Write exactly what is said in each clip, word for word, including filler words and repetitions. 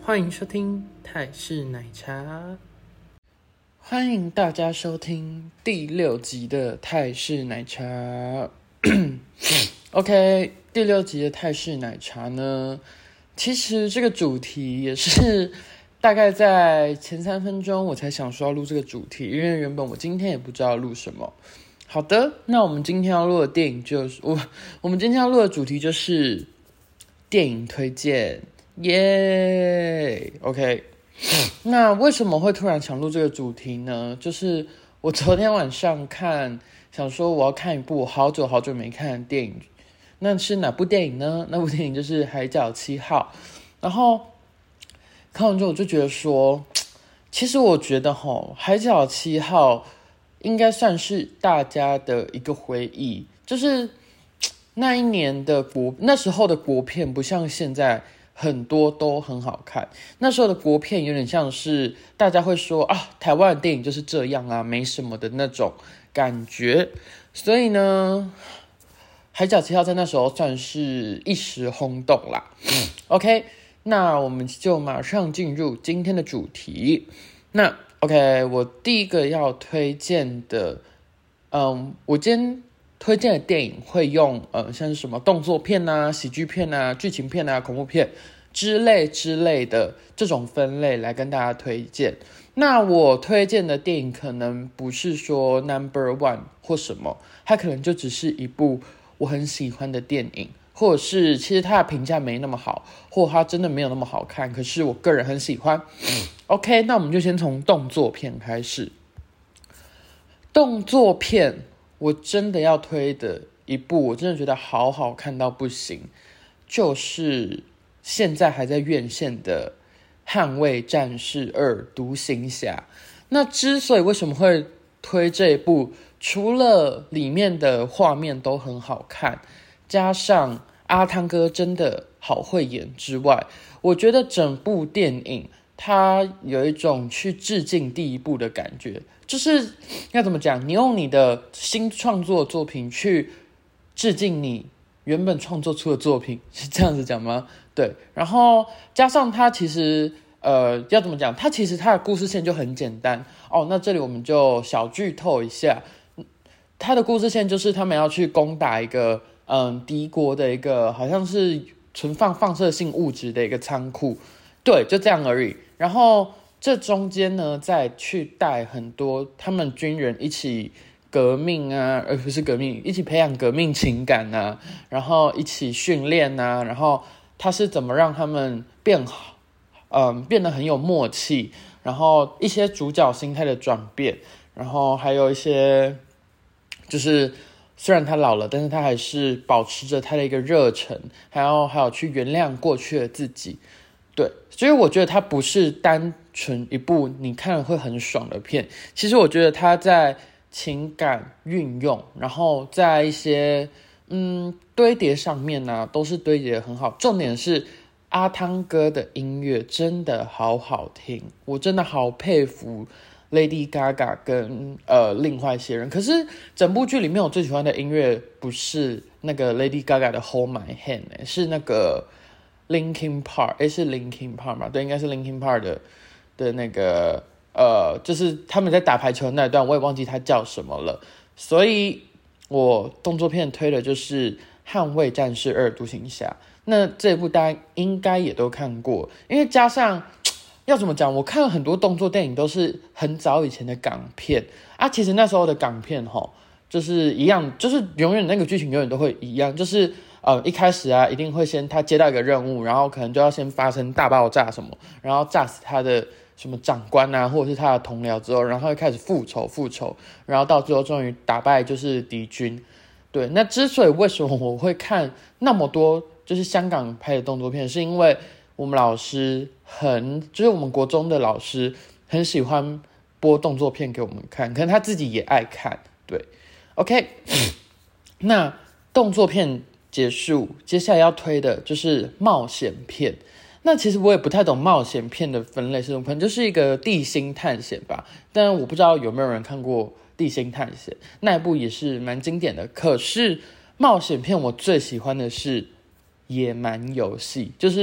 欢迎收听泰式奶茶，欢迎大家收听第六集的泰式奶茶。OK， 第六集的泰式奶茶呢，其实这个主题也是大概在前三分钟我才想说要录这个主题，因为原本我今天也不知道录什么。好的，那我们今天要录的电影就是我，我们今天要录的主题就是电影推荐，耶、yeah! OK， 那为什么会突然想录这个主题呢？就是我昨天晚上看，想说我要看一部我好久好久没看的电影，那是哪部电影呢？那部电影就是《海角七号》。然后看完之后我就觉得说，其实我觉得齁，《海角七号》应该算是大家的一个回忆，就是那一年的国那时候的国片不像现在很多都很好看，那时候的国片有点像是大家会说啊，台湾的电影就是这样啊，没什么的那种感觉。所以呢，海角七号在那时候算是一时轰动啦。OK， 那我们就马上进入今天的主题。那 OK， 我第一个要推荐的，嗯，我今天推荐的电影会用呃像是什么动作片啊、喜剧片啊、剧情片啊、恐怖片之类之类的这种分类来跟大家推荐。那我推荐的电影可能不是说 number one 或什么，它可能就只是一部我很喜欢的电影，或者是其实它的评价没那么好，或者它真的没有那么好看，可是我个人很喜欢。OK， 那我们就先从动作片开始。动作片我真的要推的一部，我真的觉得好好看到不行，就是现在还在院线的《捍卫战士二：独行侠》。那之所以为什么会推这一部，除了里面的画面都很好看，加上阿汤哥真的好会演之外，我觉得整部电影它有一种去致敬第一部的感觉，就是要怎么讲，你用你的新创作作品去致敬你原本创作出的作品，是这样子讲吗？对，然后加上它其实呃要怎么讲，它其实它的故事线就很简单哦。那这里我们就小剧透一下，它的故事线就是他们要去攻打一个嗯敌国的一个好像是存放放射性物质的一个仓库，对，就这样而已。然后这中间呢，再去带很多他们军人一起革命啊，而不是革命，一起培养革命情感啊，然后一起训练啊，然后他是怎么让他们变好，嗯，变得很有默契，然后一些主角心态的转变，然后还有一些就是虽然他老了，但是他还是保持着他的一个热忱，还有还有去原谅过去的自己。对，所以我觉得它不是单纯一部你看了会很爽的片，其实我觉得它在情感运用，然后在一些嗯堆叠上面呢、啊，都是堆叠得很好。重点是阿汤哥的音乐真的好好听，我真的好佩服 Lady Gaga 跟呃另外一些人。可是整部剧里面我最喜欢的音乐不是那个 Lady Gaga 的 Hold My Hand、欸、是那个Linkin Park， 诶，是 Linkin Park 吗？对，应该是 Linkin Park 的的那个呃，就是他们在打排球的那一段，我也忘记他叫什么了。所以我动作片推的就是《捍卫战士二：独行侠》。那这一部大家应该也都看过，因为加上要怎么讲，我看了很多动作电影都是很早以前的港片啊，其实那时候的港片齁，就是一样，就是永远那个剧情永远都会一样，就是。呃，一开始啊，一定会先他接到一个任务，然后可能就要先发生大爆炸什么，然后炸死他的什么长官啊，或者是他的同僚之后，然后会开始复仇复仇，然后到最后终于打败就是敌军。对，那之所以为什么我会看那么多就是香港拍的动作片，是因为我们老师很，就是我们国中的老师很喜欢播动作片给我们看，可能他自己也爱看。对 ，OK， 那动作片结束，接下来要推的就是冒险片。那其实我也不太懂冒险片的分类是什么，可能就是一个地心探险吧。但我不知道有没有人看过地心探险，那一部也是蛮经典的。可是冒险片我最喜欢的是野蛮游戏，就是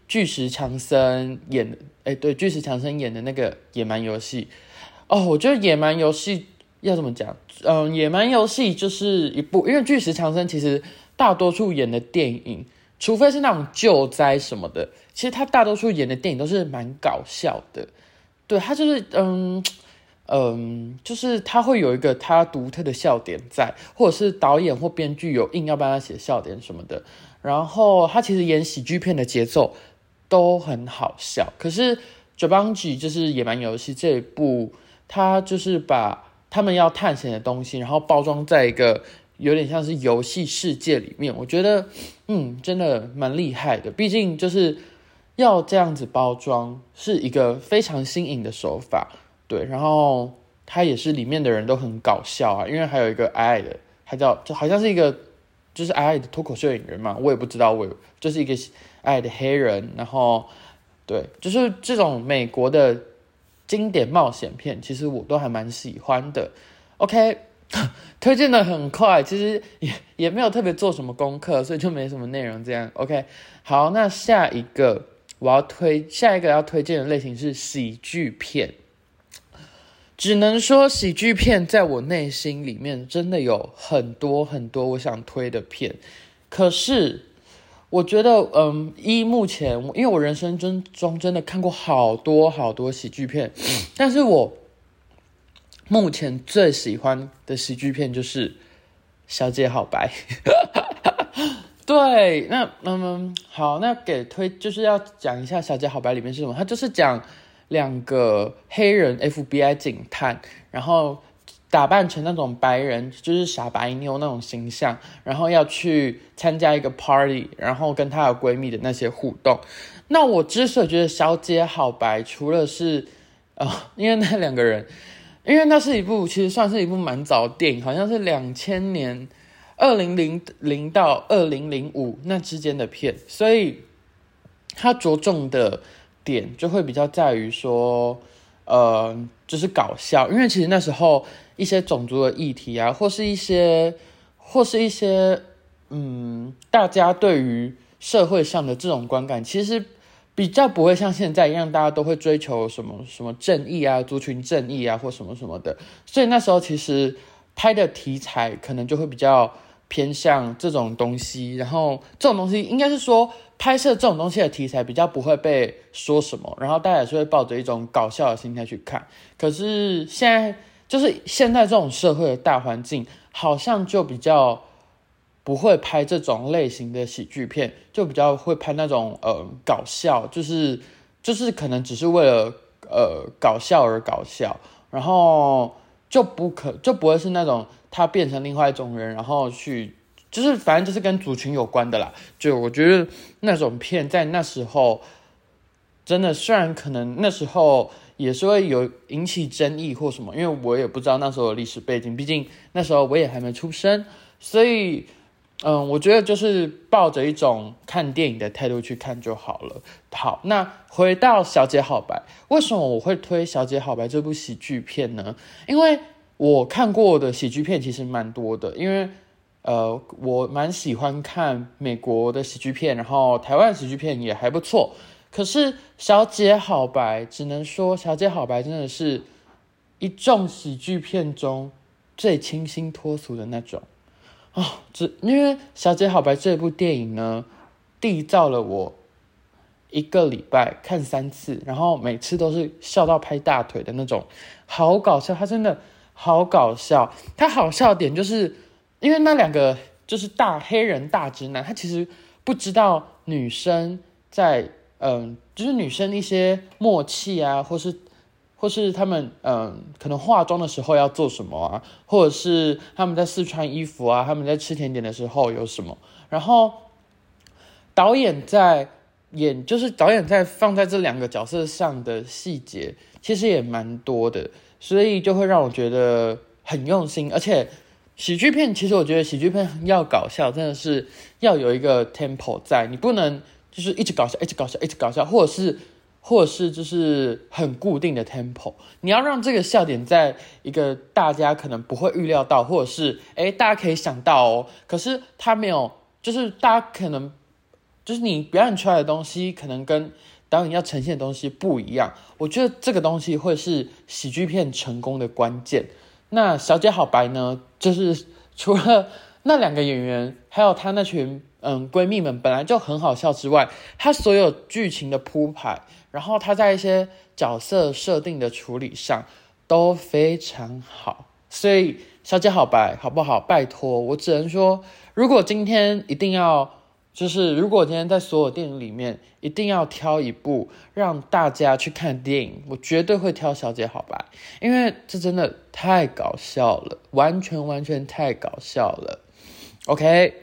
巨石强森演的，哎，对，巨石强森演的那个野蛮游戏。哦，我觉得野蛮游戏要怎么讲？嗯，野蛮游戏就是一部，因为巨石强森其实大多数演的电影，除非是那种救灾什么的，其实他大多数演的电影都是蛮搞笑的。对，他就是嗯嗯，就是他会有一个他独特的笑点在，或者是导演或编剧有硬要帮他写笑点什么的。然后他其实演喜剧片的节奏都很好笑，可是 Jumanji 就是野蛮游戏这一部，他就是把他们要探险的东西，然后包装在一个有点像是游戏世界里面。我觉得，嗯，真的蛮厉害的。毕竟就是要这样子包装，是一个非常新颖的手法。对，然后他也是里面的人都很搞笑啊，因为还有一个矮矮的，他叫就好像是一个就是矮矮的脱口秀演员嘛，我也不知道，我就是一个矮矮的黑人，然后对，就是这种美国的经典冒险片，其实我都还蛮喜欢的。OK， 推荐的很快，其实也也没有特别做什么功课，所以就没什么内容这样。OK， 好，那下一个我要推下一个要推荐的类型是喜剧片。只能说喜剧片在我内心里面真的有很多很多我想推的片，可是我觉得嗯，依目前因为我人生中真的看过好多好多喜剧片，但是我目前最喜欢的喜剧片就是《小姐好白》对，那嗯好，那给推就是要讲一下《小姐好白》里面是什么，它就是讲两个黑人 F B I 警探，然后打扮成那种白人，就是傻白妞那种形象，然后要去参加一个 party， 然后跟她的闺蜜的那些互动。那我之所以觉得小姐好白，除了是呃，因为那两个人，因为那是一部其实算是一部蛮早的电影，好像是两千年二零零零到二零零五那之间的片，所以它着重的点就会比较在于说，呃，就是搞笑，因为其实那时候一些种族的议题啊，或是一些，或是一些，嗯，大家对于社会上的这种观感，其实比较不会像现在一样，大家都会追求什么什么正义啊、族群正义啊，或什么什么的，所以那时候其实拍的题材可能就会比较偏向这种东西，然后这种东西应该是说拍摄这种东西的题材比较不会被说什么，然后大家也是会抱着一种搞笑的心态去看。可是现在就是现在这种社会的大环境，好像就比较不会拍这种类型的喜剧片，就比较会拍那种呃搞笑，就是就是可能只是为了呃搞笑而搞笑，然后就不可就不会是那种他变成另外一种人，然后去就是反正就是跟族群有关的啦。就我觉得那种片在那时候真的，虽然可能那时候也是会有引起争议或什么，因为我也不知道那时候的历史背景，毕竟那时候我也还没出生，所以嗯，我觉得就是抱着一种看电影的态度去看就好了。好，那回到《小姐好白》，为什么我会推《小姐好白》这部喜剧片呢？因为我看过的喜剧片其实蛮多的，因为呃，我蛮喜欢看美国的喜剧片，然后台湾喜剧片也还不错。可是《小姐好白》只能说，《小姐好白》真的是一众喜剧片中最清新脱俗的那种。哦，这因为《小姐好白》这部电影呢，缔造了我一个礼拜看三次，然后每次都是笑到拍大腿的那种，好搞笑！它真的好搞笑。它好笑的点就是，因为那两个就是大黑人大直男，他其实不知道女生在嗯、呃，就是女生一些默契啊，或是。或是他们嗯，可能化妆的时候要做什么啊，或者是他们在试穿衣服啊，他们在吃甜点的时候有什么，然后导演在演，就是导演在放在这两个角色上的细节，其实也蛮多的，所以就会让我觉得很用心。而且喜剧片，其实我觉得喜剧片要搞笑，真的是要有一个 tempo 在，你不能就是一直搞笑，一直搞笑，一直搞笑，或者是。或者是就是很固定的 tempo， 你要让这个笑点在一个大家可能不会预料到，或者是诶大家可以想到哦，可是他没有，就是大家可能就是你表演出来的东西可能跟导演要呈现的东西不一样，我觉得这个东西会是喜剧片成功的关键。那小姐好白呢，就是除了那两个演员还有她那群嗯闺蜜们本来就很好笑之外，她所有剧情的铺排，然后她在一些角色设定的处理上都非常好，所以小姐好白好不好？拜托，我只能说，如果今天一定要就是如果今天在所有电影里面一定要挑一部让大家去看电影，我绝对会挑小姐好白，因为这真的太搞笑了，完全完全太搞笑了。 OK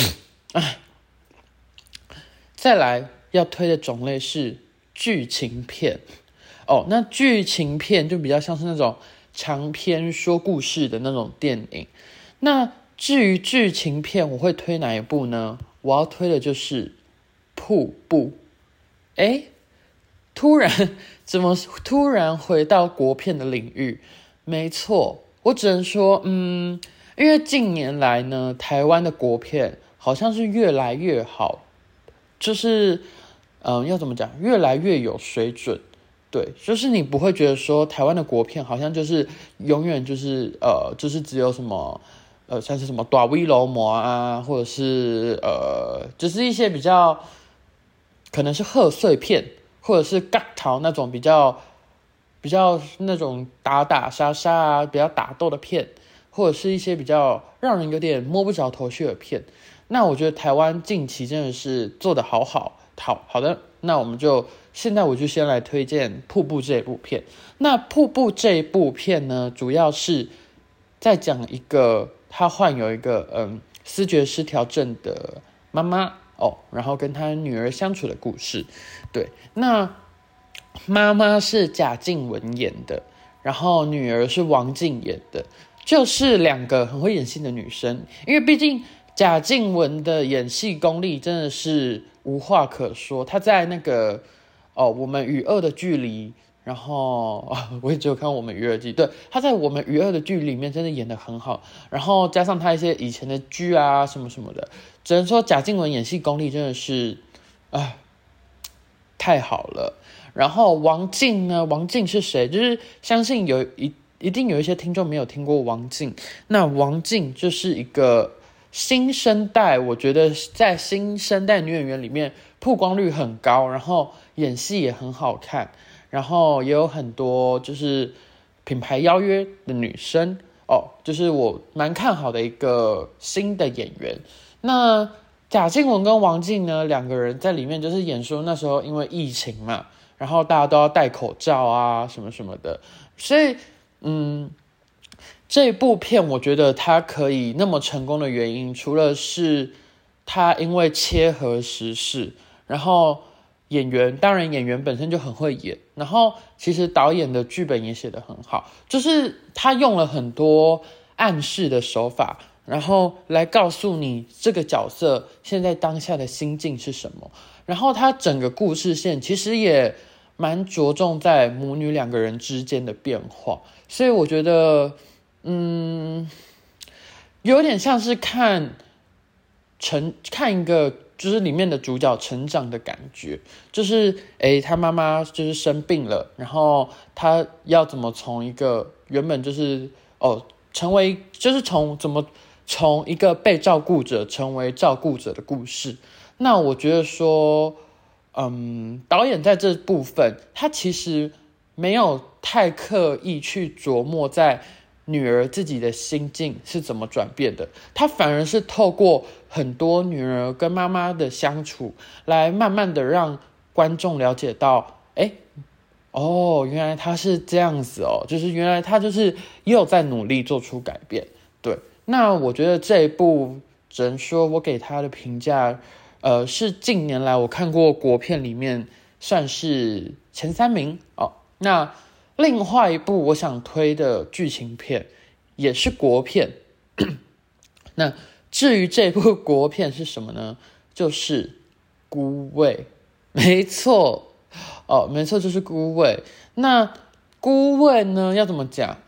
再来要推的种类是剧情片哦，那剧情片就比较像是那种长篇说故事的那种电影。那至于剧情片我会推哪一部呢？我要推的就是瀑布。诶，突然怎么突然回到国片的领域？没错，我只能说嗯，因为近年来呢，台湾的国片好像是越来越好，就是嗯，要怎么讲，越来越有水准。对，就是你不会觉得说台湾的国片好像就是永远就是呃，就是只有什么呃，像是什么大威楼魔啊，或者是呃，就是一些比较可能是贺岁片，或者是尬逃那种比较比较那种打打杀杀啊，比较打斗的片，或者是一些比较让人有点摸不着头绪的片。那我觉得台湾近期真的是做得好好好好的。那我们就现在我就先来推荐《瀑布》这一部片。那《瀑布》这一部片呢，主要是在讲一个他患有一个嗯思觉失调症的妈妈哦，然后跟他女儿相处的故事。对，那妈妈是贾静雯演的，然后女儿是王静演的，就是两个很会演戏的女生。因为毕竟贾静雯的演戏功力真的是无话可说，她在那个哦我们与恶的距离，然后、哦、我也只有看我们与恶的距离，对，她在我们与恶的距离里面真的演得很好，然后加上她一些以前的剧啊什么什么的，只能说贾静雯演戏功力真的是啊太好了。然后王静呢，王静是谁？就是相信有一一定有一些听众没有听过王静。那王静就是一个新生代，我觉得在新生代女演员里面曝光率很高，然后演戏也很好看，然后也有很多就是品牌邀约的女生哦，就是我蛮看好的一个新的演员。那贾静雯跟王静呢，两个人在里面就是演说那时候因为疫情嘛，然后大家都要戴口罩啊什么什么的，所以嗯这部片我觉得它可以那么成功的原因，除了是它因为切合时事，然后演员当然演员本身就很会演，然后其实导演的剧本也写得很好，就是他用了很多暗示的手法，然后来告诉你这个角色现在当下的心境是什么。然后他整个故事线其实也蛮着重在母女两个人之间的变化，所以我觉得嗯，有点像是看成看一个就是里面的主角成长的感觉，就是诶他妈妈就是生病了，然后他要怎么从一个原本就是哦成为就是从怎么从一个被照顾者成为照顾者的故事。那我觉得说嗯导演在这部分他其实没有太刻意去琢磨在女儿自己的心境是怎么转变的，她反而是透过很多女儿跟妈妈的相处，来慢慢的让观众了解到，哎，哦，原来她是这样子哦，就是原来她就是也有在努力做出改变。对，那我觉得这一部只能说我给她的评价，呃，是近年来我看过国片里面算是前三名哦。那另外一部我想推的剧情片也是国片那至于这部国片是什么呢？就是孤味。没错哦，没错，就是孤味。那孤味呢要怎么讲？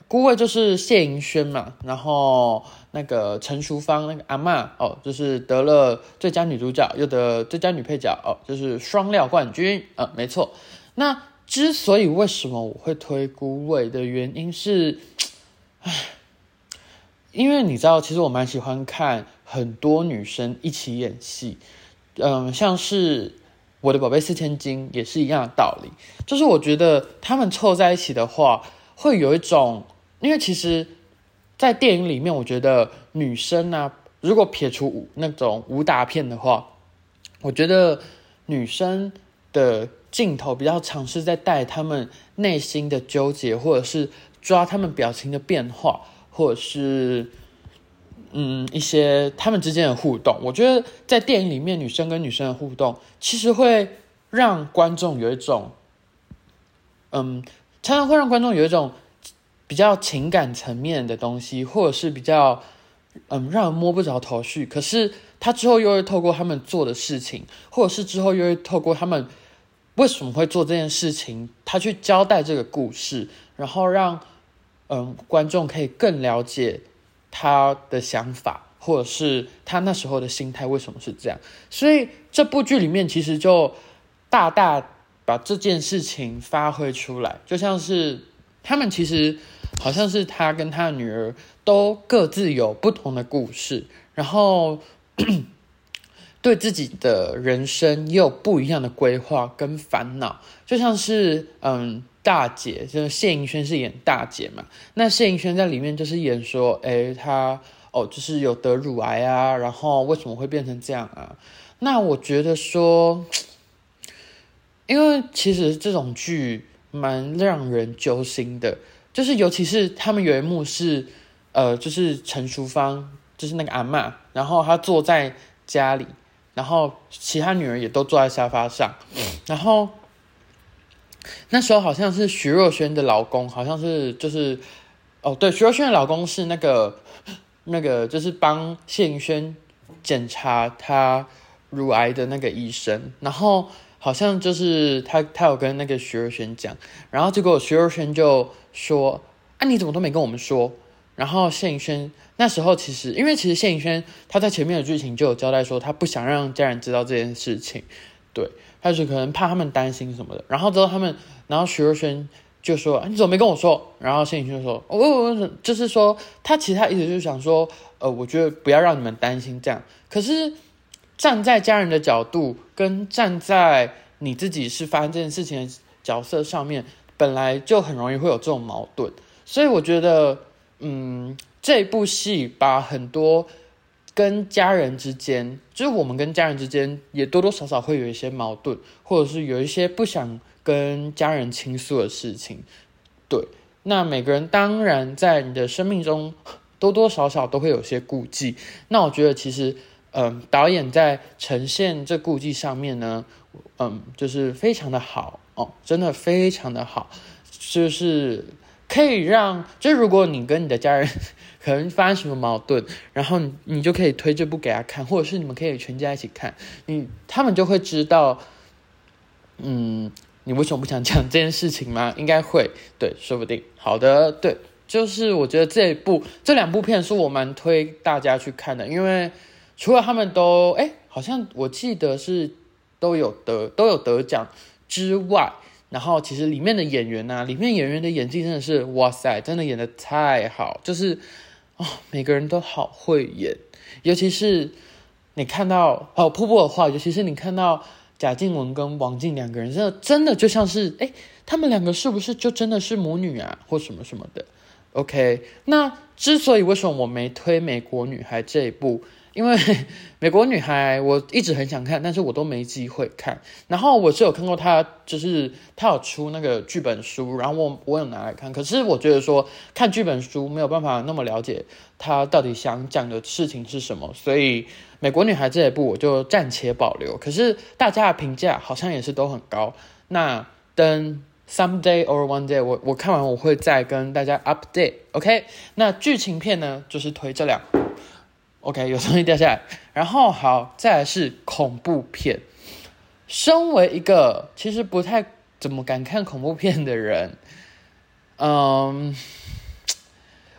孤味就是谢盈萱嘛，然后那个陈淑芳那个阿嬷哦，就是得了最佳女主角，又得最佳女配角哦，就是双料冠军，呃，没错。那之所以为什么我会推孤味的原因是，唉，因为你知道，其实我蛮喜欢看很多女生一起演戏，嗯，像是我的宝贝四千金也是一样的道理，就是我觉得他们凑在一起的话，会有一种。因为其实，在电影里面，我觉得女生啊，如果撇除那种武打片的话，我觉得女生的镜头比较常是在带他们内心的纠结，或者是抓他们表情的变化，或者是嗯一些他们之间的互动。我觉得在电影里面，女生跟女生的互动，其实会让观众有一种，嗯，常常会让观众有一种。比较情感层面的东西，或者是比较嗯让人摸不着头绪，可是他之后又会透过他们做的事情，或者是之后又会透过他们为什么会做这件事情，他去交代这个故事，然后让嗯观众可以更了解他的想法，或者是他那时候的心态为什么是这样。所以这部剧里面其实就大大把这件事情发挥出来，就像是他们其实好像是他跟他的女儿都各自有不同的故事，然后对自己的人生也有不一样的规划跟烦恼。就像是嗯大姐，就是谢盈萱是演大姐嘛，那谢盈萱在里面就是演说，诶她哦就是有得乳癌啊，然后为什么会变成这样啊？那我觉得说，因为其实这种剧蛮让人揪心的。就是尤其是他们有一幕是，呃，就是陈淑芳，就是那个阿嬷，然后她坐在家里，然后其他女儿也都坐在沙发上，然后那时候好像是徐若瑄的老公，好像是就是哦对，徐若瑄的老公是那个那个就是帮谢盈萱检查她乳癌的那个医生，然后好像就是他他有跟那个徐若瑄讲，然后结果徐若瑄就说啊你怎么都没跟我们说，然后谢盈萱那时候其实因为其实谢盈萱她在前面的剧情就有交代说她不想让家人知道这件事情，对，她是可能怕他们担心什么的，然后之后他们然后徐若瑄就说、啊、你怎么没跟我说，然后谢盈萱就说哦、哦，就是说他其实他一直就是想说呃，我觉得不要让你们担心这样，可是站在家人的角度跟站在你自己是发生这件事情的角色上面，本来就很容易会有这种矛盾，所以我觉得嗯，这部戏把很多跟家人之间，就是我们跟家人之间也多多少少会有一些矛盾，或者是有一些不想跟家人倾诉的事情，对，那每个人当然在你的生命中多多少少都会有些顾忌，那我觉得其实嗯，导演在呈现这顾忌上面呢，嗯，就是非常的好哦，真的非常的好，就是可以让，就是如果你跟你的家人可能发生什么矛盾，然后 你, 你就可以推这部给他看，或者是你们可以全家一起看，你他们就会知道，嗯，你为什么不想讲这件事情吗？应该会，对，说不定。好的，对，就是我觉得这一部这两部片是我蛮推大家去看的，因为除了他们都哎，好像我记得是都有得都有得奖之外，然后其实里面的演员啊，里面演员的演技真的是哇塞，真的演得太好，就是哦，每个人都好会演，尤其是你看到哦瀑布的话，尤其是你看到贾静雯跟王静两个人，真的真的就像是哎，他们两个是不是就真的是母女啊，或什么什么的 ？OK， 那之所以为什么我没推《美国女孩》这一部？因为美国女孩我一直很想看，但是我都没机会看。然后我是有看过她，就是她有出那个剧本书，然后我我有拿来看。可是我觉得说看剧本书没有办法那么了解她到底想讲的事情是什么，所以美国女孩这一部我就暂且保留。可是大家的评价好像也是都很高。那等 someday or one day 我我看完我会再跟大家 update。OK， 那剧情片呢就是推这两部。OK， 有东西掉下来。然后好，再来是恐怖片。身为一个其实不太怎么敢看恐怖片的人，嗯，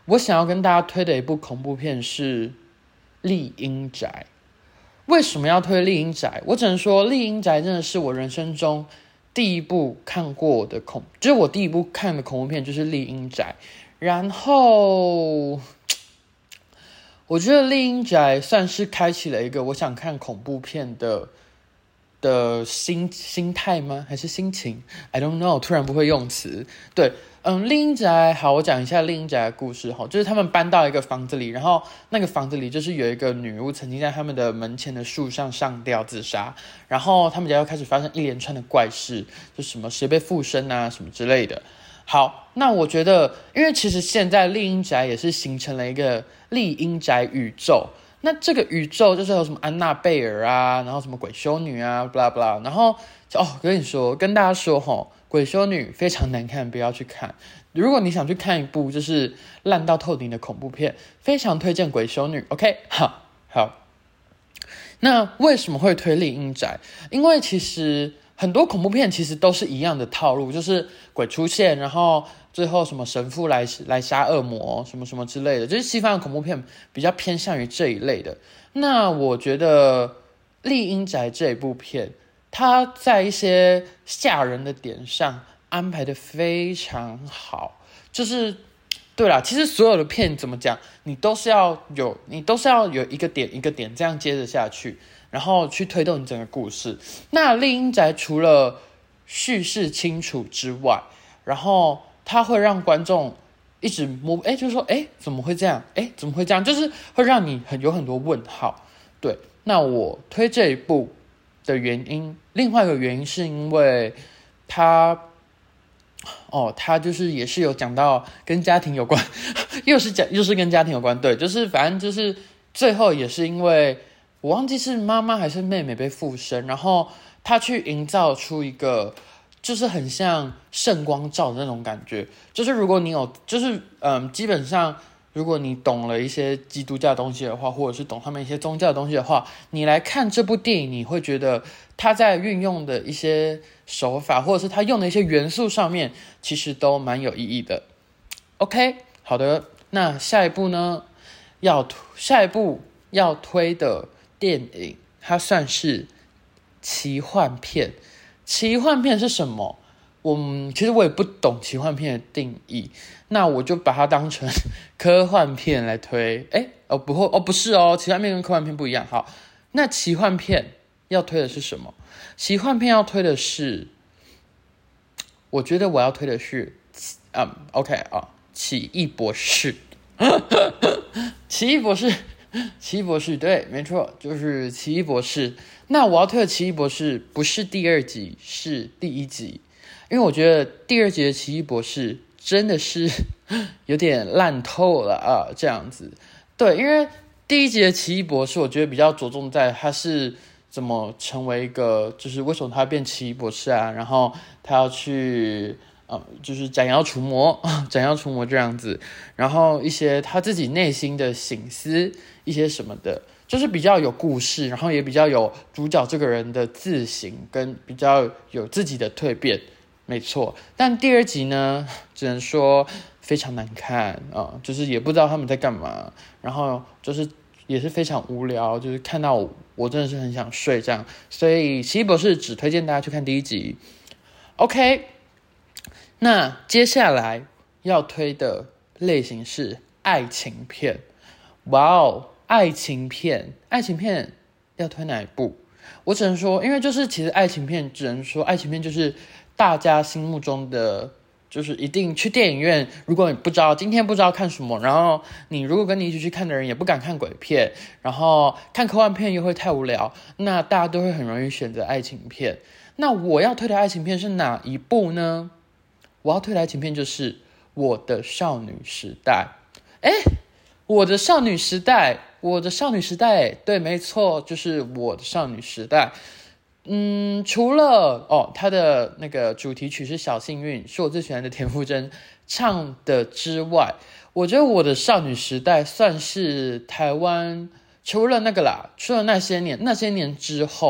我想要跟大家推的一部恐怖片是《丽婴宅》。为什么要推《丽婴宅》？我只能说，《丽婴宅》真的是我人生中第一部看过的恐，就是我第一部看的恐怖片就是《丽婴宅》。然后，我觉得《丽婴宅》算是开启了一个我想看恐怖片的的心心态吗？还是心情 ？I don't know， 突然不会用词。对。嗯，丽婴宅好，我讲一下丽婴宅的故事哈，就是他们搬到一个房子里，然后那个房子里就是有一个女巫曾经在他们的门前的树上上吊自杀，然后他们家又开始发生一连串的怪事，就什么谁被附身啊什么之类的。好，那我觉得，因为其实现在丽婴宅也是形成了一个丽婴宅宇宙，那这个宇宙就是有什么安娜贝尔啊，然后什么鬼修女啊 ，blah blah， 然后哦，跟你说，跟大家说吼。鬼修女非常难看，不要去看。如果你想去看一部就是烂到透顶的恐怖片，非常推荐鬼修女。OK， 好，好。那为什么会推丽婴宅？因为其实很多恐怖片其实都是一样的套路，就是鬼出现，然后最后什么神父来来杀恶魔，什么什么之类的，就是西方的恐怖片比较偏向于这一类的。那我觉得丽婴宅这一部片，他在一些吓人的点上安排的非常好，就是对啦，其实所有的片怎么讲，你都是要有，你都是要有一个点一个点这样接着下去，然后去推动你整个故事。那丽婴宅除了叙事清楚之外，然后它会让观众一直摸，哎，就是说，哎，怎么会这样？哎，怎么会这样？就是会让你很有很多问号。对，那我推这一部的原因，另外一个原因是因为他，哦，他就是也是有讲到跟家庭有关，又是讲又是跟家庭有关，对，就是反正就是最后也是因为我忘记是妈妈还是妹妹被附身，然后他去营造出一个就是很像圣光照的那种感觉，就是如果你有，就是嗯，基本上。如果你懂了一些基督教的东西的话，或者是懂他们一些宗教的东西的话，你来看这部电影，你会觉得他在运用的一些手法，或者是他用的一些元素上面，其实都蛮有意义的。OK， 好的，那下一步呢，要下一步要推的电影，它算是奇幻片。奇幻片是什么？我其实我也不懂奇幻片的定义，那我就把它当成科幻片来推。诶哦不哦不是哦，奇幻片跟科幻片不一样。好，那奇幻片要推的是什么？奇幻片要推的是，我觉得我要推的是，嗯 ，OK 啊，奇异博士，奇异博士，奇异博士，对，没错，就是奇异博士。那我要推的奇异博士不是第二集，是第一集。因为我觉得第二集的奇异博士真的是有点烂透了啊，这样子。对，因为第一集的奇异博士，我觉得比较着重在他是怎么成为一个，就是为什么他变奇异博士啊，然后他要去呃，就是斩妖除魔，斩妖除魔这样子，然后一些他自己内心的省思，一些什么的。就是比较有故事，然后也比较有主角这个人的自省，跟比较有自己的蜕变。没错，但第二集呢，只能说非常难看啊、呃，就是也不知道他们在干嘛，然后就是也是非常无聊，就是看到 我, 我真的是很想睡这样，所以奇异博士只推荐大家去看第一集。OK， 那接下来要推的类型是爱情片。哇哦，爱情片，爱情片要推哪一部？我只能说，因为就是其实爱情片，只能说爱情片就是大家心目中的，就是一定去电影院，如果你不知道今天不知道看什么，然后你如果跟你一起去看的人也不敢看鬼片，然后看科幻片又会太无聊，那大家都会很容易选择爱情片。那我要推的爱情片是哪一部呢？我要推的爱情片就是《我的少女时代》。诶我的少女时代，我的少女时代，对，没错，就是我的少女时代。嗯，除了哦，它的那个主题曲是《小幸运》，是我最喜欢的田馥甄唱的之外，我觉得我的少女时代算是台湾除了那个啦，除了那些年那些年之后，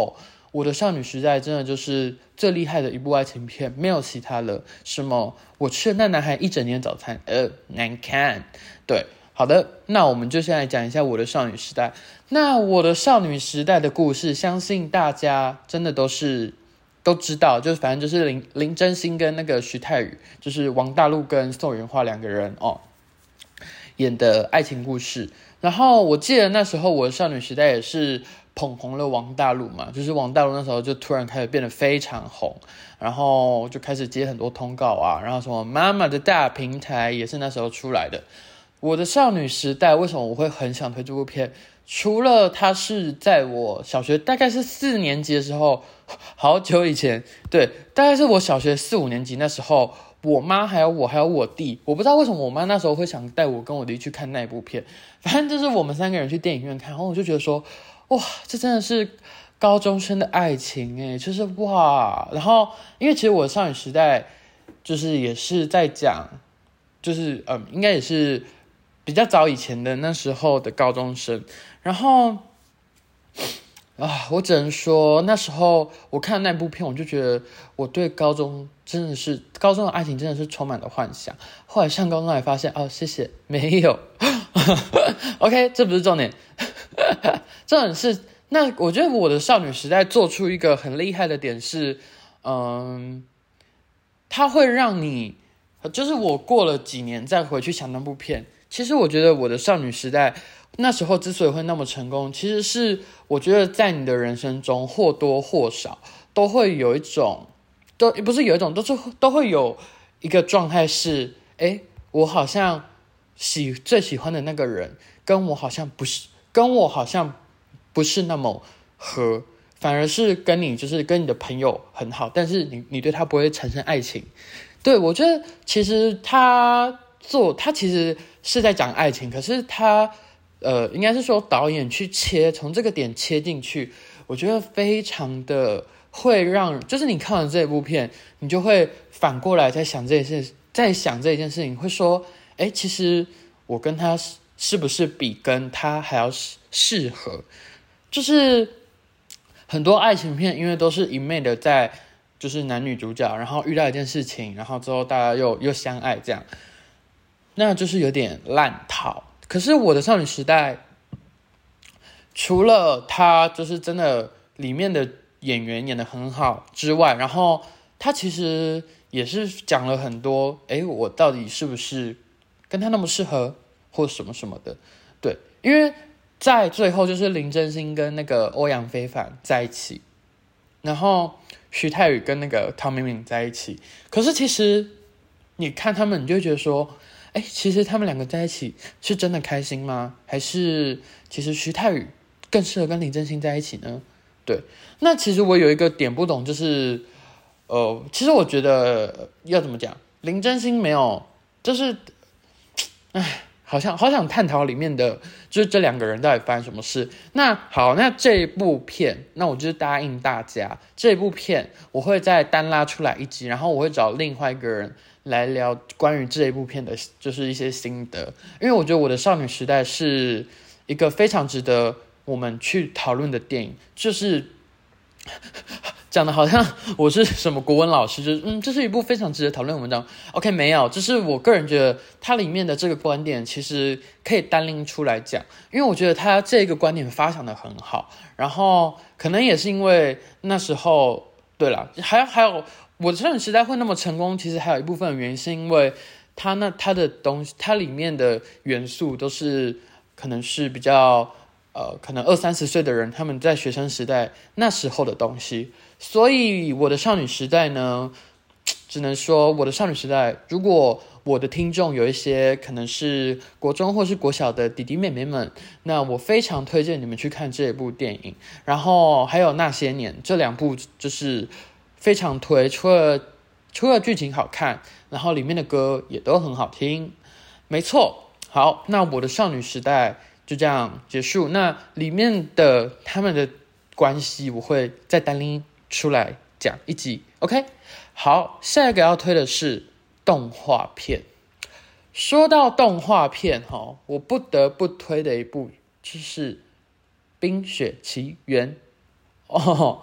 我的少女时代真的就是最厉害的一部爱情片，没有其他了。什么我吃了那男孩一整年早餐，呃，难看。对，好的，那我们就先来讲一下我的少女时代。那我的少女时代的故事，相信大家真的都是都知道，就是反正就是林林真心跟那个徐太宇，就是王大陆跟宋元化两个人哦演的爱情故事。然后我记得那时候我的少女时代也是捧红了王大陆嘛，就是王大陆那时候就突然开始变得非常红，然后就开始接很多通告啊，然后什么妈妈的大平台也是那时候出来的。我的少女时代为什么我会很想推这部片？除了它是在我小学大概是四年级的时候，好久以前，对，大概是我小学四五年级那时候，我妈还有我还有我弟，我不知道为什么我妈那时候会想带我跟我弟去看那一部片，反正就是我们三个人去电影院看，然后我就觉得说，哇，这真的是高中生的爱情耶，就是哇，然后因为其实我的少女时代就是也是在讲，就是嗯，应该也是比较早以前的那时候的高中生，然后啊，我只能说那时候我看那部片，我就觉得我对高中真的是高中的爱情真的是充满了幻想。后来上高中才发现，哦，谢谢，没有。OK， 这不是重点，重点是那我觉得我的少女时代做出一个很厉害的点是，嗯，它会让你，就是我过了几年再回去想那部片，其实我觉得我的少女时代那时候之所以会那么成功，其实是我觉得在你的人生中或多或少都会有一种，都不是有一种，都是都会有一个状态是，诶，我好像喜最喜欢的那个人，跟我好像不是，跟我好像不是那么合，反而是跟你就是跟你的朋友很好，但是你你对他不会产生爱情。对，我觉得其实他做他其实是在讲爱情，可是他呃应该是说导演去切从这个点切进去，我觉得非常的会让，就是你看完这一部片，你就会反过来在想这件事，在想这一件事情，会说，哎，其实我跟他是不是比跟他还要适合？就是很多爱情片，因为都是一昧的在。就是男女主角，然后遇到一件事情，然后之后大家又又相爱，这样，那就是有点烂套。可是我的少女时代，除了他就是真的里面的演员演得很好之外，然后他其实也是讲了很多，诶，我到底是不是跟他那么适合，或什么什么的，对，因为在最后就是林真心跟那个欧阳非凡在一起，然后。徐太宇跟那个唐明明在一起，可是其实你看他们，你就会觉得说，哎，其实他们两个在一起是真的开心吗？还是其实徐太宇更适合跟林真心在一起呢？对，那其实我有一个点不懂，就是呃，其实我觉得要怎么讲，林真心没有，就是，唉。好像好想探讨里面的，就是这两个人到底发生什么事。那好，那这一部片，那我就答应大家，这一部片我会再单拉出来一集，然后我会找另外一个人来聊关于这一部片的，就是一些心得。因为我觉得我的少女时代是一个非常值得我们去讨论的电影，就是讲的好像我是什么国文老师，就是嗯，这是一部非常值得讨论的文章。OK， 没有，就是我个人觉得它里面的这个观点其实可以单拎出来讲，因为我觉得它这个观点发想的很好。然后可能也是因为那时候，对了，还有还有我的少女时代会那么成功，其实还有一部分的原因是因为它那它的东西，它里面的元素都是可能是比较呃，可能二三十岁的人他们在学生时代那时候的东西。所以我的少女时代呢，只能说我的少女时代，如果我的听众有一些可能是国中或是国小的弟弟妹妹们，那我非常推荐你们去看这一部电影。然后还有那些年，这两部就是非常推，除了除了剧情好看，然后里面的歌也都很好听。没错，好，那我的少女时代就这样结束。那里面的他们的关系，我会再单拎出来讲一集 ，OK？ 好，下一个要推的是动画片。说到动画片齁，我不得不推的一部就是《冰雪奇缘》哦。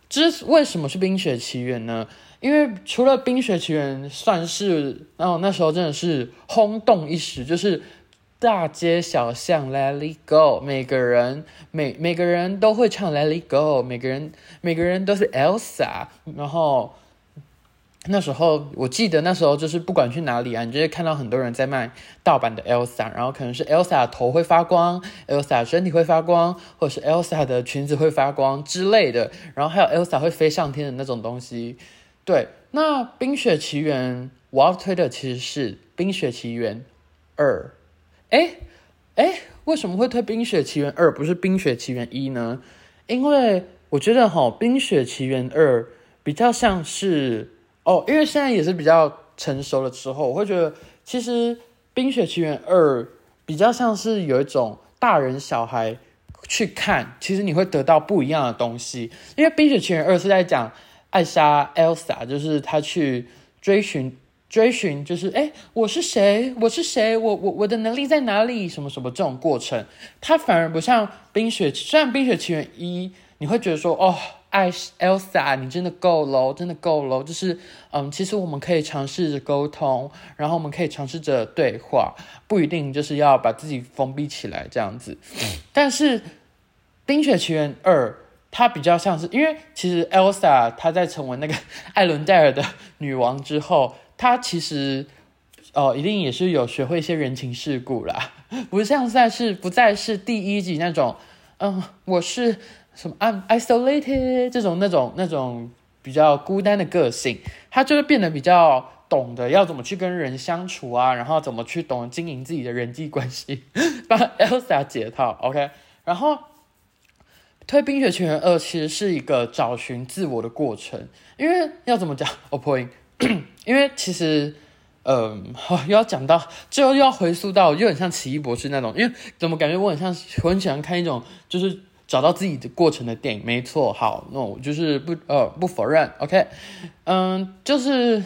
之为什么是冰雪奇缘呢？因为除了冰雪奇缘算是，然后那时候真的是轰动一时，就是大街小巷 Let it go， 每个人每每个人都会唱 Let it go， 每个人每个人都是 Elsa， 然后那时候我记得那时候就是不管去哪里啊，你就会看到很多人在卖盗版的 Elsa， 然后可能是 Elsa 的头会发光， Elsa 的身体会发光，或者是 Elsa 的裙子会发光之类的，然后还有 Elsa 会飞上天的那种东西。对，那冰雪奇缘我要推的其实是冰雪奇缘二。诶诶为什么会推冰雪奇缘二不是冰雪奇缘一呢？因为我觉得齁冰雪奇缘二比较像是哦，因为现在也是比较成熟了之后，我会觉得其实冰雪奇缘二比较像是有一种大人小孩去看，其实你会得到不一样的东西。因为冰雪奇缘二是在讲艾莎 Elsa， 就是她去追寻追寻，就是哎，我是谁？我是谁？我我我的能力在哪里？什么什么这种过程，它反而不像冰雪，虽然冰雪奇缘一，你会觉得说哦。艾 Elsa 你真的够了，真的够了，就是嗯，其实我们可以尝试着沟通，然后我们可以尝试着对话，不一定就是要把自己封闭起来这样子。但是冰雪奇缘二它比较像是，因为其实 Elsa 她在成为那个艾伦戴尔的女王之后，她其实哦一定也是有学会一些人情世故啦，不像在是不再是第一集那种嗯我是什么 I'm isolated 这种那种那种比较孤单的个性，他就会变得比较懂得要怎么去跟人相处啊，然后怎么去懂得经营自己的人际关系，帮 Elsa 解套 OK。 然后推冰雪奇缘二其实是一个找寻自我的过程，因为要怎么讲 oh point 因为其实嗯，哦、又要讲到最后又要回溯到又很像奇异博士那种，因为怎么感觉我很像我很喜欢看一种就是找到自己的过程的电影。没错，好，那我就是不呃不否认 OK。 嗯，就是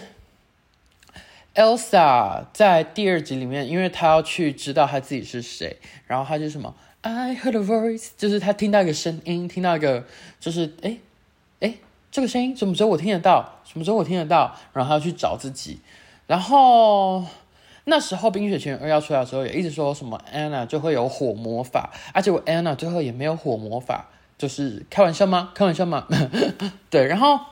Elsa 在第二集里面，因为她要去知道她自己是谁，然后她就什么 I heard a voice， 就是她听到一个声音，听到一个就是诶诶这个声音什么时候我听得到，什么时候我听得到，然后她要去找自己。然后那时候冰雪奇缘二要出来的时候也一直说什么 Anna 就会有火魔法，而且我 Anna 最后也没有火魔法，就是开玩笑吗？开玩笑吗？对，然后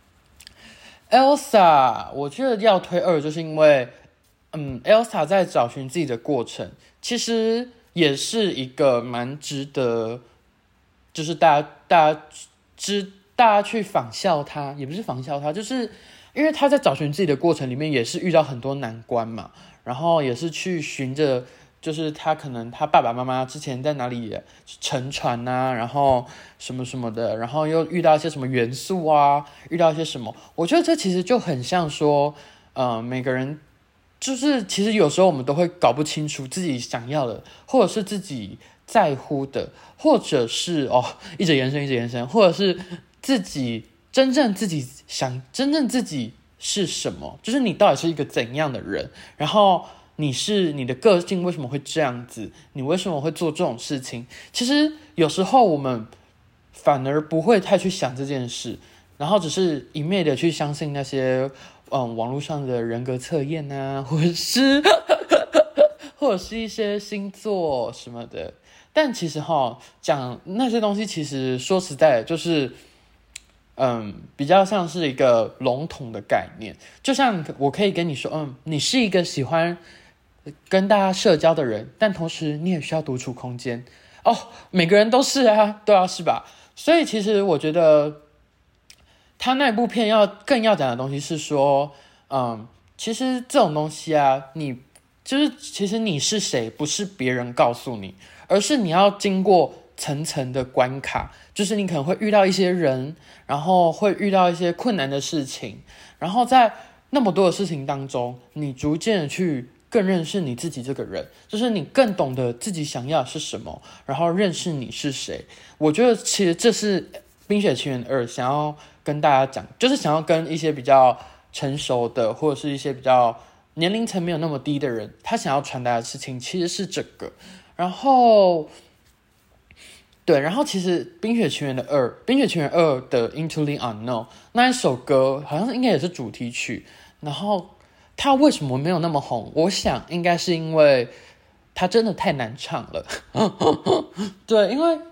Elsa 我觉得要推二就是因为嗯 Elsa 在找寻自己的过程其实也是一个蛮值得就是大家大家知大家去仿效他，也不是仿效他，就是因为他在找寻自己的过程里面也是遇到很多难关嘛，然后也是去寻着就是他可能他爸爸妈妈之前在哪里沉船啊，然后什么什么的，然后又遇到一些什么元素啊，遇到一些什么，我觉得这其实就很像说呃，每个人就是其实有时候我们都会搞不清楚自己想要的或者是自己在乎的，或者是哦一直延伸一直延伸，或者是自己真正自己想真正自己是什么，就是你到底是一个怎样的人，然后你是你的个性为什么会这样子，你为什么会做这种事情，其实有时候我们反而不会太去想这件事，然后只是一昧的去相信那些嗯网络上的人格测验啊，或者是或者是一些星座什么的。但其实齁讲那些东西其实说实在的就是嗯，比较像是一个笼统的概念，就像我可以跟你说嗯，你是一个喜欢跟大家社交的人，但同时你也需要独处空间哦，每个人都是啊，对啊，是吧？所以其实我觉得他那部片要更要讲的东西是说嗯，其实这种东西啊，你就是其实你是谁不是别人告诉你，而是你要经过层层的关卡，就是你可能会遇到一些人，然后会遇到一些困难的事情，然后在那么多的事情当中，你逐渐的去更认识你自己这个人，就是你更懂得自己想要的是什么，然后认识你是谁。我觉得其实这是《冰雪奇缘二》想要跟大家讲，就是想要跟一些比较成熟的或者是一些比较年龄层没有那么低的人，他想要传达的事情其实是这个。然后对，然后其实《冰雪奇缘》的二，《冰雪奇缘二》的 Into the Unknown 那一首歌，好像应该也是主题曲。然后它为什么没有那么红？我想应该是因为它真的太难唱了。对，因为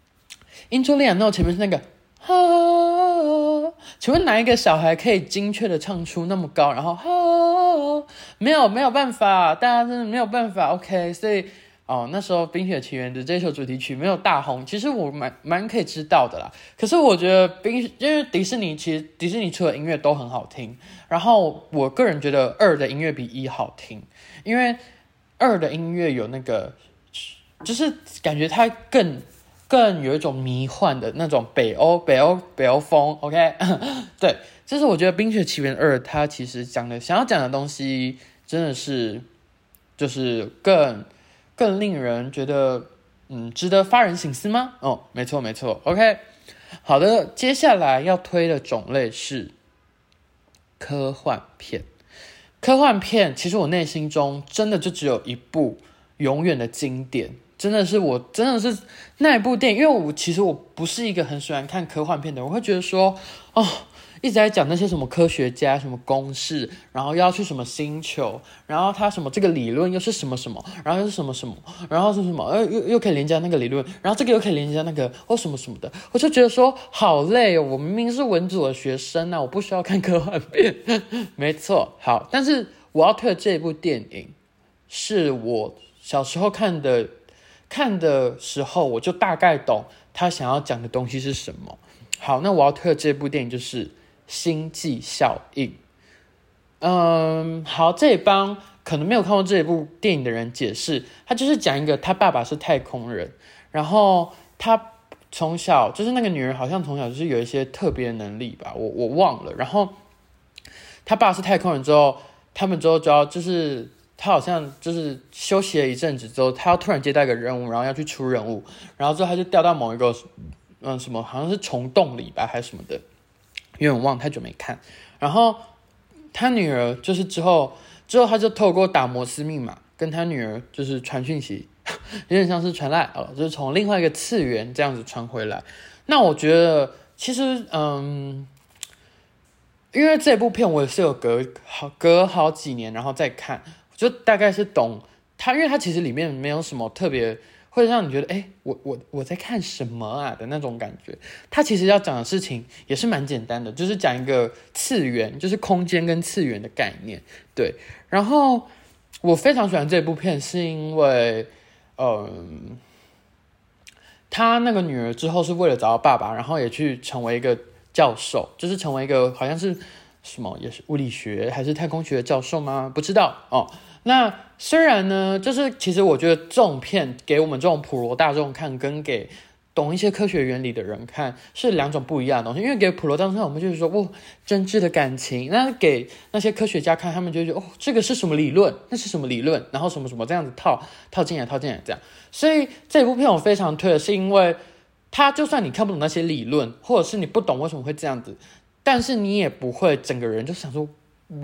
Into the Unknown 前面是那个，啊，请问哪一个小孩可以精确的唱出那么高？然后啊，没有没有办法，大家真的没有办法。OK， 所以。哦，那时候《冰雪奇缘》的这首主题曲没有大红，其实我蛮蛮可以知道的啦。可是我觉得冰，因为迪士尼其实迪士尼出的音乐都很好听，然后我个人觉得二的音乐比一好听，因为二的音乐有那个，就是感觉它更更有一种迷幻的那种北欧北欧北欧风。OK， 对，这是我觉得《冰雪奇缘二》它其实讲的想要讲的东西，真的是就是更。更令人觉得，嗯，值得发人省思吗？哦，没错没错 ，OK， 好的，接下来要推的种类是科幻片。科幻片其实我内心中真的就只有一部永远的经典，真的是我真的是那一部电影，因为我其实我不是一个很喜欢看科幻片的人，我会觉得说，哦。一直在讲那些什么科学家什么公式，然后要去什么星球，然后他什么这个理论又是什么什么，然后又是什么什么，然后是什么又又可以连接那个理论，然后这个又可以连接那个或什么什么的，我就觉得说好累哦，我明明是文组的学生啊，我不需要看科幻片。没错，好，但是我要推的这一部电影是我小时候看的，看的时候我就大概懂他想要讲的东西是什么。好，那我要推的这部电影就是星际效应。嗯，好，这一帮可能没有看过这一部电影的人解释，他就是讲一个他爸爸是太空人，然后他从小就是那个女人好像从小就是有一些特别的能力吧，我我忘了。然后他爸是太空人之后，他们之后就要就是他好像就是休息了一阵子之后，他要突然接到一个任务，然后要去出任务，然后之后他就调到某一个嗯什么好像是虫洞里吧还是什么的。因为我忘太久没看，然后他女儿就是之后之后他就透过打摩斯密码跟他女儿就是传讯息，有点像是传来哦，就是从另外一个次元这样子传回来。那我觉得其实嗯，因为这部片我也是有隔好隔好几年然后再看，我就大概是懂他，因为他其实里面没有什么特别。会让你觉得，哎，我我我在看什么啊的那种感觉。他其实要讲的事情也是蛮简单的，就是讲一个次元，就是空间跟次元的概念。对，然后我非常喜欢这部片，是因为，嗯，他那个女儿之后是为了找到爸爸，然后也去成为一个教授，就是成为一个好像是什么，也是物理学还是太空学的教授吗？不知道哦。那虽然呢，就是其实我觉得这种片给我们这种普罗大众看，跟给懂一些科学原理的人看是两种不一样的东西。因为给普罗大众看，我们就是说，哦，真挚的感情；那给那些科学家看，他们就觉得，哦，这个是什么理论，那是什么理论，然后什么什么这样子套套进来，套进来这样。所以这部片我非常推的是，因为它就算你看不懂那些理论，或者是你不懂为什么会这样子，但是你也不会整个人就想说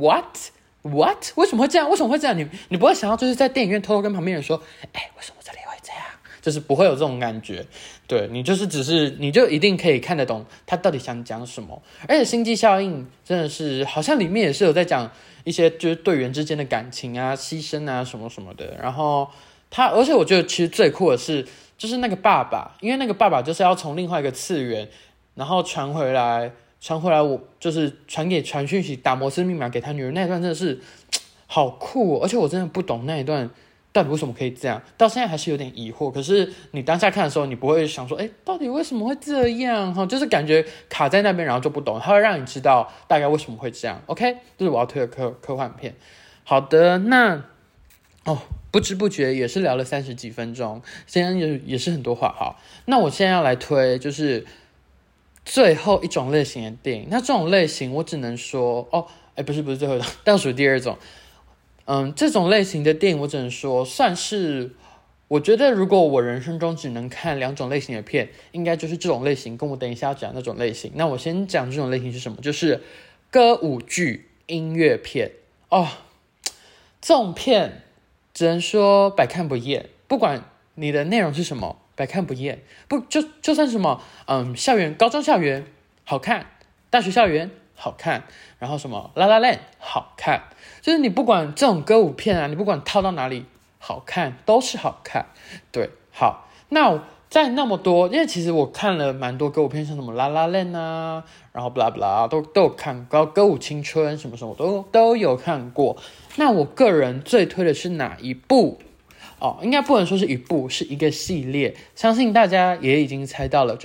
，what？What？ 为什么会这样？为什么会这样？你你不会想要就是在电影院偷偷跟旁边人说，哎，为什么这里会这样？就是不会有这种感觉。对，你就是只是你就一定可以看得懂他到底想讲什么。而且星际效应真的是好像里面也是有在讲一些就是队员之间的感情啊、牺牲啊什么什么的。然后他，而且我觉得其实最酷的是，就是那个爸爸，因为那个爸爸就是要从另外一个次元，然后传回来。传回来，我就是传给传讯息，打摩斯密码给他女儿那一段真的是好酷哦！而且我真的不懂那一段到底为什么可以这样，到现在还是有点疑惑。可是你当下看的时候，你不会想说，哎，到底为什么会这样？哈，就是感觉卡在那边，然后就不懂，它会让你知道大概为什么会这样。OK， 这是我要推的科科幻片。好的，那哦，不知不觉也是聊了三十几分钟，现在也也是很多话。好，那我现在要来推就是。最后一种类型的电影，那这种类型我只能说哦，哎，不是不是最后一种，倒数第二种，嗯，这种类型的电影我只能说算是，我觉得如果我人生中只能看两种类型的片，应该就是这种类型，跟我等一下要讲那种类型。那我先讲这种类型是什么，就是歌舞剧、音乐片哦，这种片只能说百看不厌，不管。 你的内容是什么，百看不厌。不就就算是什么，嗯，校园高中校园好看，大学校园好看，然后什么La La Land好看，就是你不管这种歌舞片啊，你不管套到哪里好看，都是好看。对，好，那在那么多，因为其实我看了蛮多歌舞片，像什么 La La Land 啊，然后 blah blah 都都有看，歌歌舞青春什么什么都都有看过。那我个人最推的是哪一部？哦，应该不能说是一部，是一个系列。相信大家也已经猜到了，就是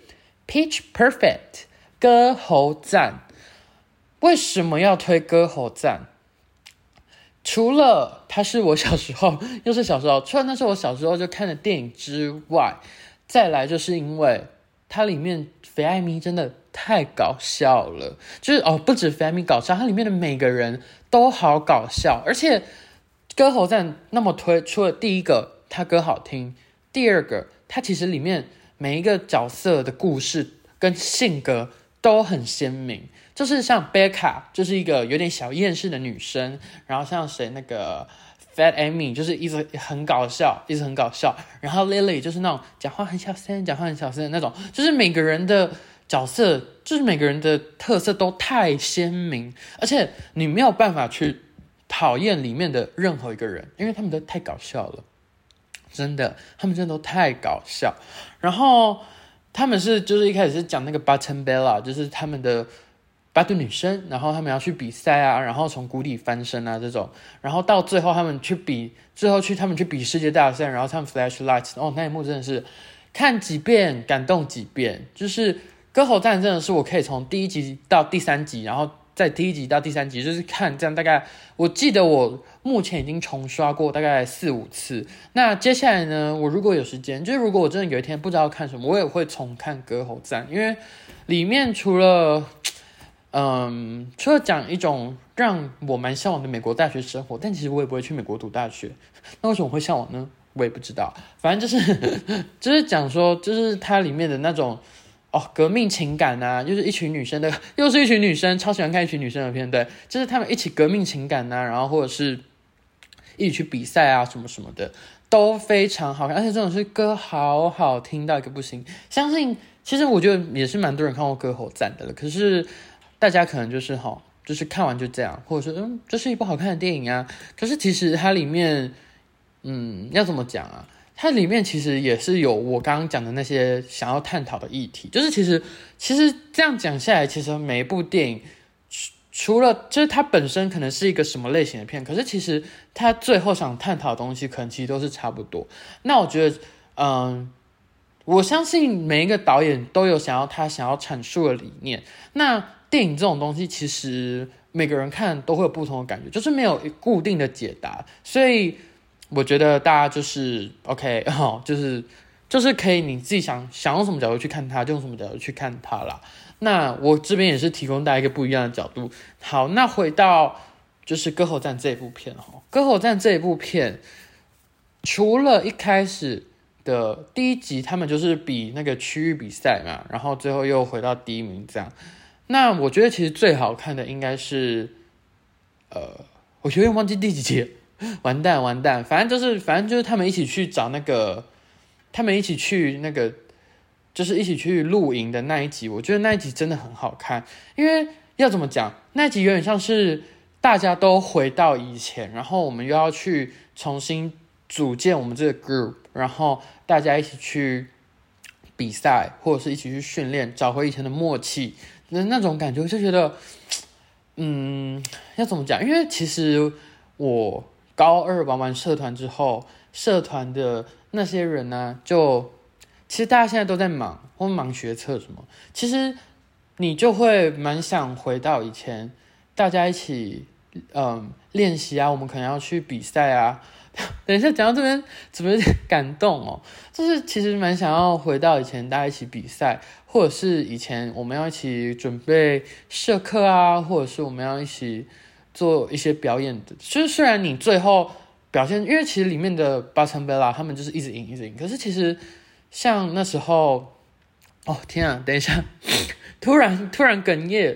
Pitch Perfect 歌喉赞。为什么要推歌喉赞？除了它是我小时候，又是小时候，除了那是我小时候就看的电影之外，再来就是因为它里面肥爱咪真的太搞笑了，就是哦，不止肥爱咪搞笑，它里面的每个人都好搞笑，而且歌喉赞那么推，除了第一个它歌好听，第二个它其实里面每一个角色的故事跟性格都很鲜明。就是像贝卡，就是一个有点小厌世的女生，然后像谁那个 Fat Amy 就是一直很搞笑，一直很搞笑，然后 Lily 就是那种讲话很小声，讲话很小声的那种，就是每个人的角色，就是每个人的特色都太鲜明，而且你没有办法去讨厌里面的任何一个人，因为他们都太搞笑了，真的，他们真的都太搞笑。然后他们是就是一开始是讲那个 Bottom Bella， 就是他们的八对女生，然后他们要去比赛啊，然后从谷底翻身啊这种，然后到最后他们去比，最后去他们去比世界大赛，然后唱 Flashlights， 哦，那一幕真的是看几遍感动几遍，就是歌喉战真的是我可以从第一集到第三集，然后在第一集到第三集就是看这样，大概我记得我目前已经重刷过大概四五次。那接下来呢，我如果有时间，就是如果我真的有一天不知道看什么，我也会重看歌喉战，因为里面除了嗯，除了讲一种让我蛮向往的美国大学生活，但其实我也不会去美国读大学。那为什么会向往呢？我也不知道。反正就是就是讲说，就是它里面的那种哦革命情感啊，就是一群女生的，又是一群女生，超喜欢看一群女生的片，对，就是他们一起革命情感啊，然后或者是一起去比赛啊，什么什么的，都非常好看，而且这种是歌好好听到一个不行。相信其实我觉得也是蛮多人看过歌喉赞的了，可是大家可能就是齁，就是看完就这样，或者说嗯，这是一部好看的电影啊。可是其实它里面，嗯，要怎么讲啊？它里面其实也是有我刚刚讲的那些想要探讨的议题。就是其实其实这样讲下来，其实每一部电影除了就是它本身可能是一个什么类型的片，可是其实它最后想探讨的东西，可能其实都是差不多。那我觉得，嗯。我相信每一个导演都有想要他想要阐述的理念。那电影这种东西，其实每个人看都会有不同的感觉，就是没有固定的解答。所以我觉得大家就是 OK， 哦，就是就是可以你自己想想用什么角度去看它，就用什么角度去看它啦。那我这边也是提供大家一个不一样的角度。好，那回到就是歌喉战这一部片哈，歌喉战这一部片，除了一开始的第一集他们就是比那个区域比赛嘛，然后最后又回到第一名这样。那我觉得其实最好看的应该是呃我有点忘记第几集了，完蛋完蛋，反正就是反正就是他们一起去找那个他们一起去那个就是一起去露营的那一集，我觉得那一集真的很好看。因为要怎么讲，那一集有点像是大家都回到以前，然后我们又要去重新组建我们这个 group， 然后大家一起去比赛，或者是一起去训练，找回以前的默契，那那种感觉，就觉得，嗯，要怎么讲？因为其实我高二玩完社团之后，社团的那些人呢、啊，就其实大家现在都在忙，或忙学测什么，其实你就会蛮想回到以前，大家一起嗯练习啊，我们可能要去比赛啊。等一下讲到这边怎么有点感动哦，就是其实蛮想要回到以前大家一起比赛，或者是以前我们要一起准备社课啊，或者是我们要一起做一些表演的。就是虽然你最后表现，因为其实里面的巴城贝拉他们就是一直赢一直赢，可是其实像那时候，哦天啊，等一下突然突然哽咽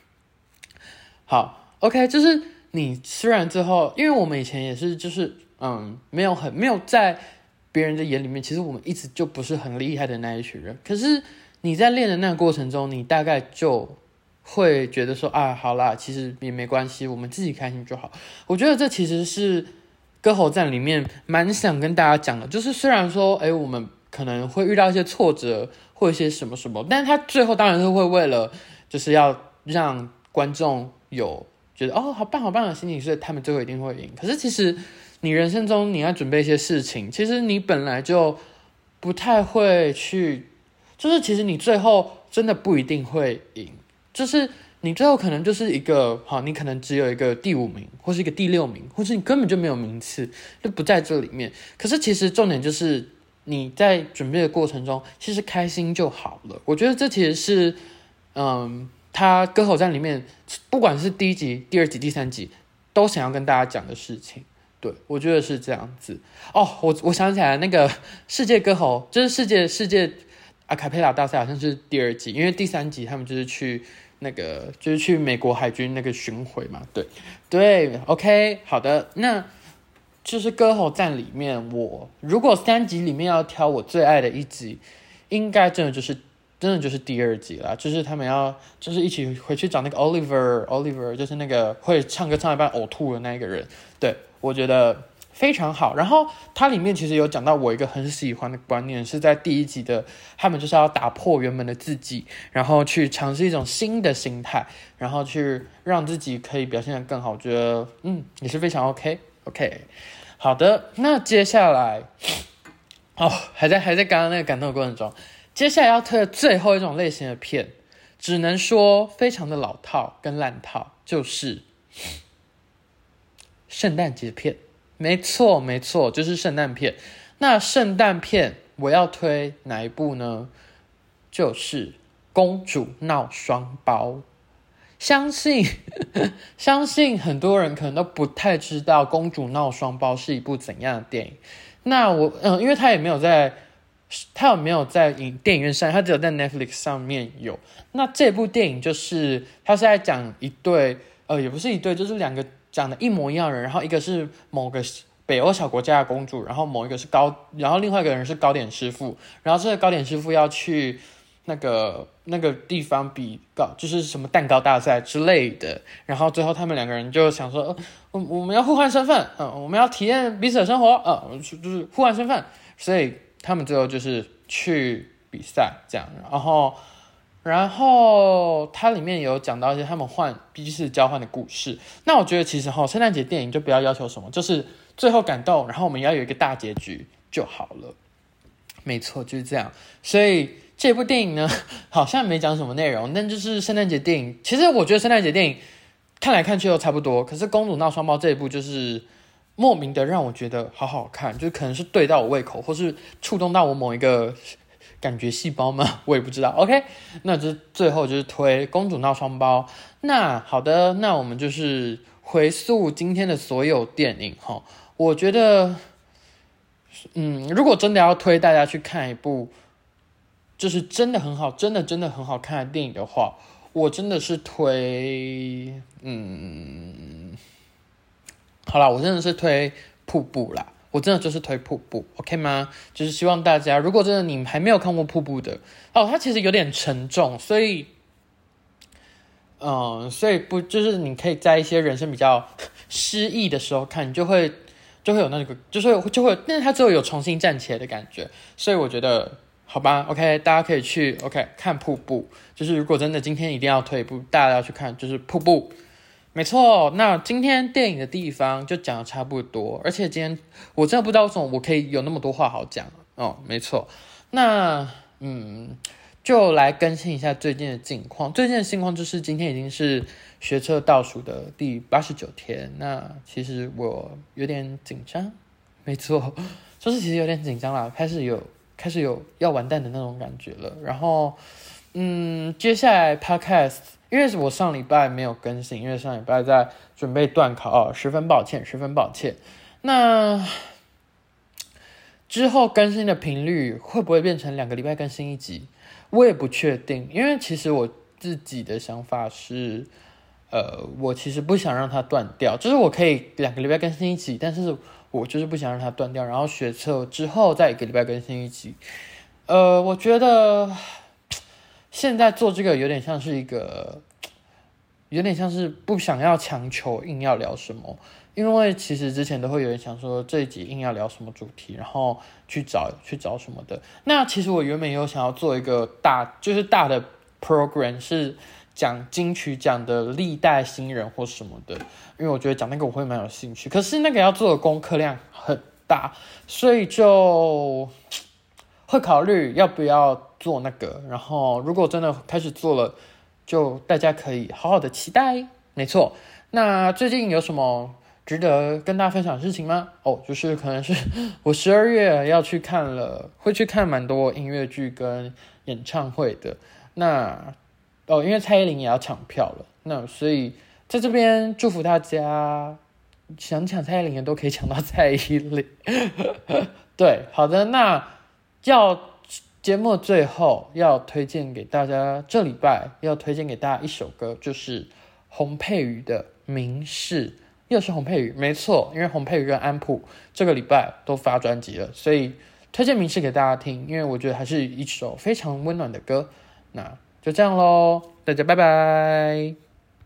好 OK， 就是你虽然最后，因为我们以前也是就是嗯，没有很没有在别人的眼里面，其实我们一直就不是很厉害的那一群人。可是你在练的那个过程中，你大概就会觉得说啊，好啦，其实也没关系，我们自己开心就好。我觉得这其实是歌喉战里面蛮想跟大家讲的，就是虽然说，哎，我们可能会遇到一些挫折或一些什么什么，但是他最后当然是会为了就是要让观众有觉得哦，好棒好棒的心情，所以他们最后一定会赢。可是其实你人生中你要准备一些事情，其实你本来就不太会去，就是其实你最后真的不一定会赢，就是你最后可能就是一个好，你可能只有一个第五名，或是一个第六名，或是你根本就没有名次，就不在这里面。可是其实重点就是你在准备的过程中，其实开心就好了。我觉得这其实是，嗯，他歌喉战里面，不管是第一集、第二集、第三集，都想要跟大家讲的事情。对，我觉得是这样子。哦，我我想起来那个世界歌喉，就是世界世界阿卡贝拉大赛，好像是第二集，因为第三集他们就是去那个就是去美国海军那个巡回嘛。对对 ，OK， 好的，那就是歌喉战里面，我如果三集里面要挑我最爱的一集，应该真的就是真的就是第二集啦，就是他们要就是一起回去找那个 Oliver Oliver， 就是那个会唱歌唱一半呕吐的那一个人。对，我觉得非常好。然后它里面其实有讲到我一个很喜欢的观念，是在第一集的，他们就是要打破原本的自己，然后去尝试一种新的心态，然后去让自己可以表现得更好。我觉得嗯也是非常 OK OK。好的，那接下来哦还在还在刚刚那个感动的过程中，接下来要推的最后一种类型的片，只能说非常的老套跟烂套，就是圣诞节片。没错没错，就是圣诞片。那圣诞片我要推哪一部呢？就是公主闹双胞。相信相信很多人可能都不太知道公主闹双胞是一部怎样的电影。那我嗯，因为他也没有在他有没有在影电影院上，他只有在 Netflix 上面有。那这部电影就是他是在讲一对呃也不是一对，就是两个长得一模一样的人，然后一个是某个北欧小国家的公主，然后某一个是糕，然后另外一个人是糕点师傅，然后这个糕点师傅要去那个那个地方比糕，就是什么蛋糕大赛之类的，然后最后他们两个人就想说，呃、我我们要互换身份，嗯、呃，我们要体验彼此的生活，呃，就是互换身份，所以他们最后就是去比赛这样，然后。然后它里面有讲到一些他们换彼此交换的故事。那我觉得其实齁，圣诞节电影就不要要求什么，就是最后感动，然后我们要有一个大结局就好了。没错，就是这样。所以这部电影呢，好像没讲什么内容，但就是圣诞节电影。其实我觉得圣诞节电影看来看去都差不多，可是《公主闹双胞》这一部就是莫名的让我觉得好好看，就可能是对到我胃口，或是触动到我某一个感觉细胞吗？我也不知道。OK， 那就最后就是推公主闹双胞。那好的，那我们就是回溯今天的所有电影哈。我觉得，嗯，如果真的要推大家去看一部，就是真的很好，真的真的很好看的电影的话，我真的是推，嗯，好啦，我真的是推瀑布啦。我真的就是推瀑布 ，OK 吗？就是希望大家，如果真的你还没有看过瀑布的，哦，它其实有点沉重，所以，嗯，所以不就是你可以在一些人生比较失意的时候看，你就会就会有那个，就是就会，但是它最后有重新站起来的感觉，所以我觉得，好吧 ，OK， 大家可以去 OK 看瀑布，就是如果真的今天一定要推一部，大家要去看，就是瀑布。没错，那今天电影的地方就讲的差不多，而且今天我真的不知道为什么我可以有那么多话好讲哦。没错，那嗯，就来更新一下最近的近况。最近的近况就是今天已经是学测倒数的第八十九天，那其实我有点紧张，没错，就是其实有点紧张啦，开始有开始有要完蛋的那种感觉了。然后嗯，接下来 Podcast。因为我上礼拜没有更新，因为上礼拜在准备段考，哦，十分抱歉，十分抱歉。那之后更新的频率会不会变成两个礼拜更新一集？我也不确定，因为其实我自己的想法是，呃，我其实不想让它断掉，就是我可以两个礼拜更新一集，但是我我就是不想让它断掉，然后学测之后再一个礼拜更新一集。呃，我觉得现在做这个有点像是一个，有点像是不想要强求硬要聊什么，因为其实之前都会有人想说这一集硬要聊什么主题，然后去找去找什么的。那其实我原本也有想要做一个大，就是大的 program 是讲金曲奖的历代新人或什么的，因为我觉得讲那个我会蛮有兴趣，可是那个要做的功课量很大，所以就会考虑要不要做那个。然后如果真的开始做了，就大家可以好好的期待。没错，那最近有什么值得跟大家分享的事情吗？哦，就是可能是我十二月要去看了，会去看蛮多音乐剧跟演唱会的。那哦，因为蔡依林也要抢票了，那所以在这边祝福大家，想抢蔡依林的都可以抢到蔡依林。对，好的，那要节目最后要推荐给大家，这礼拜要推荐给大家一首歌，就是洪佩瑜的《明示》。又是洪佩瑜，没错，因为洪佩瑜跟安普这个礼拜都发专辑了，所以推荐《明示》给大家听，因为我觉得还是一首非常温暖的歌。那就这样咯，大家拜拜。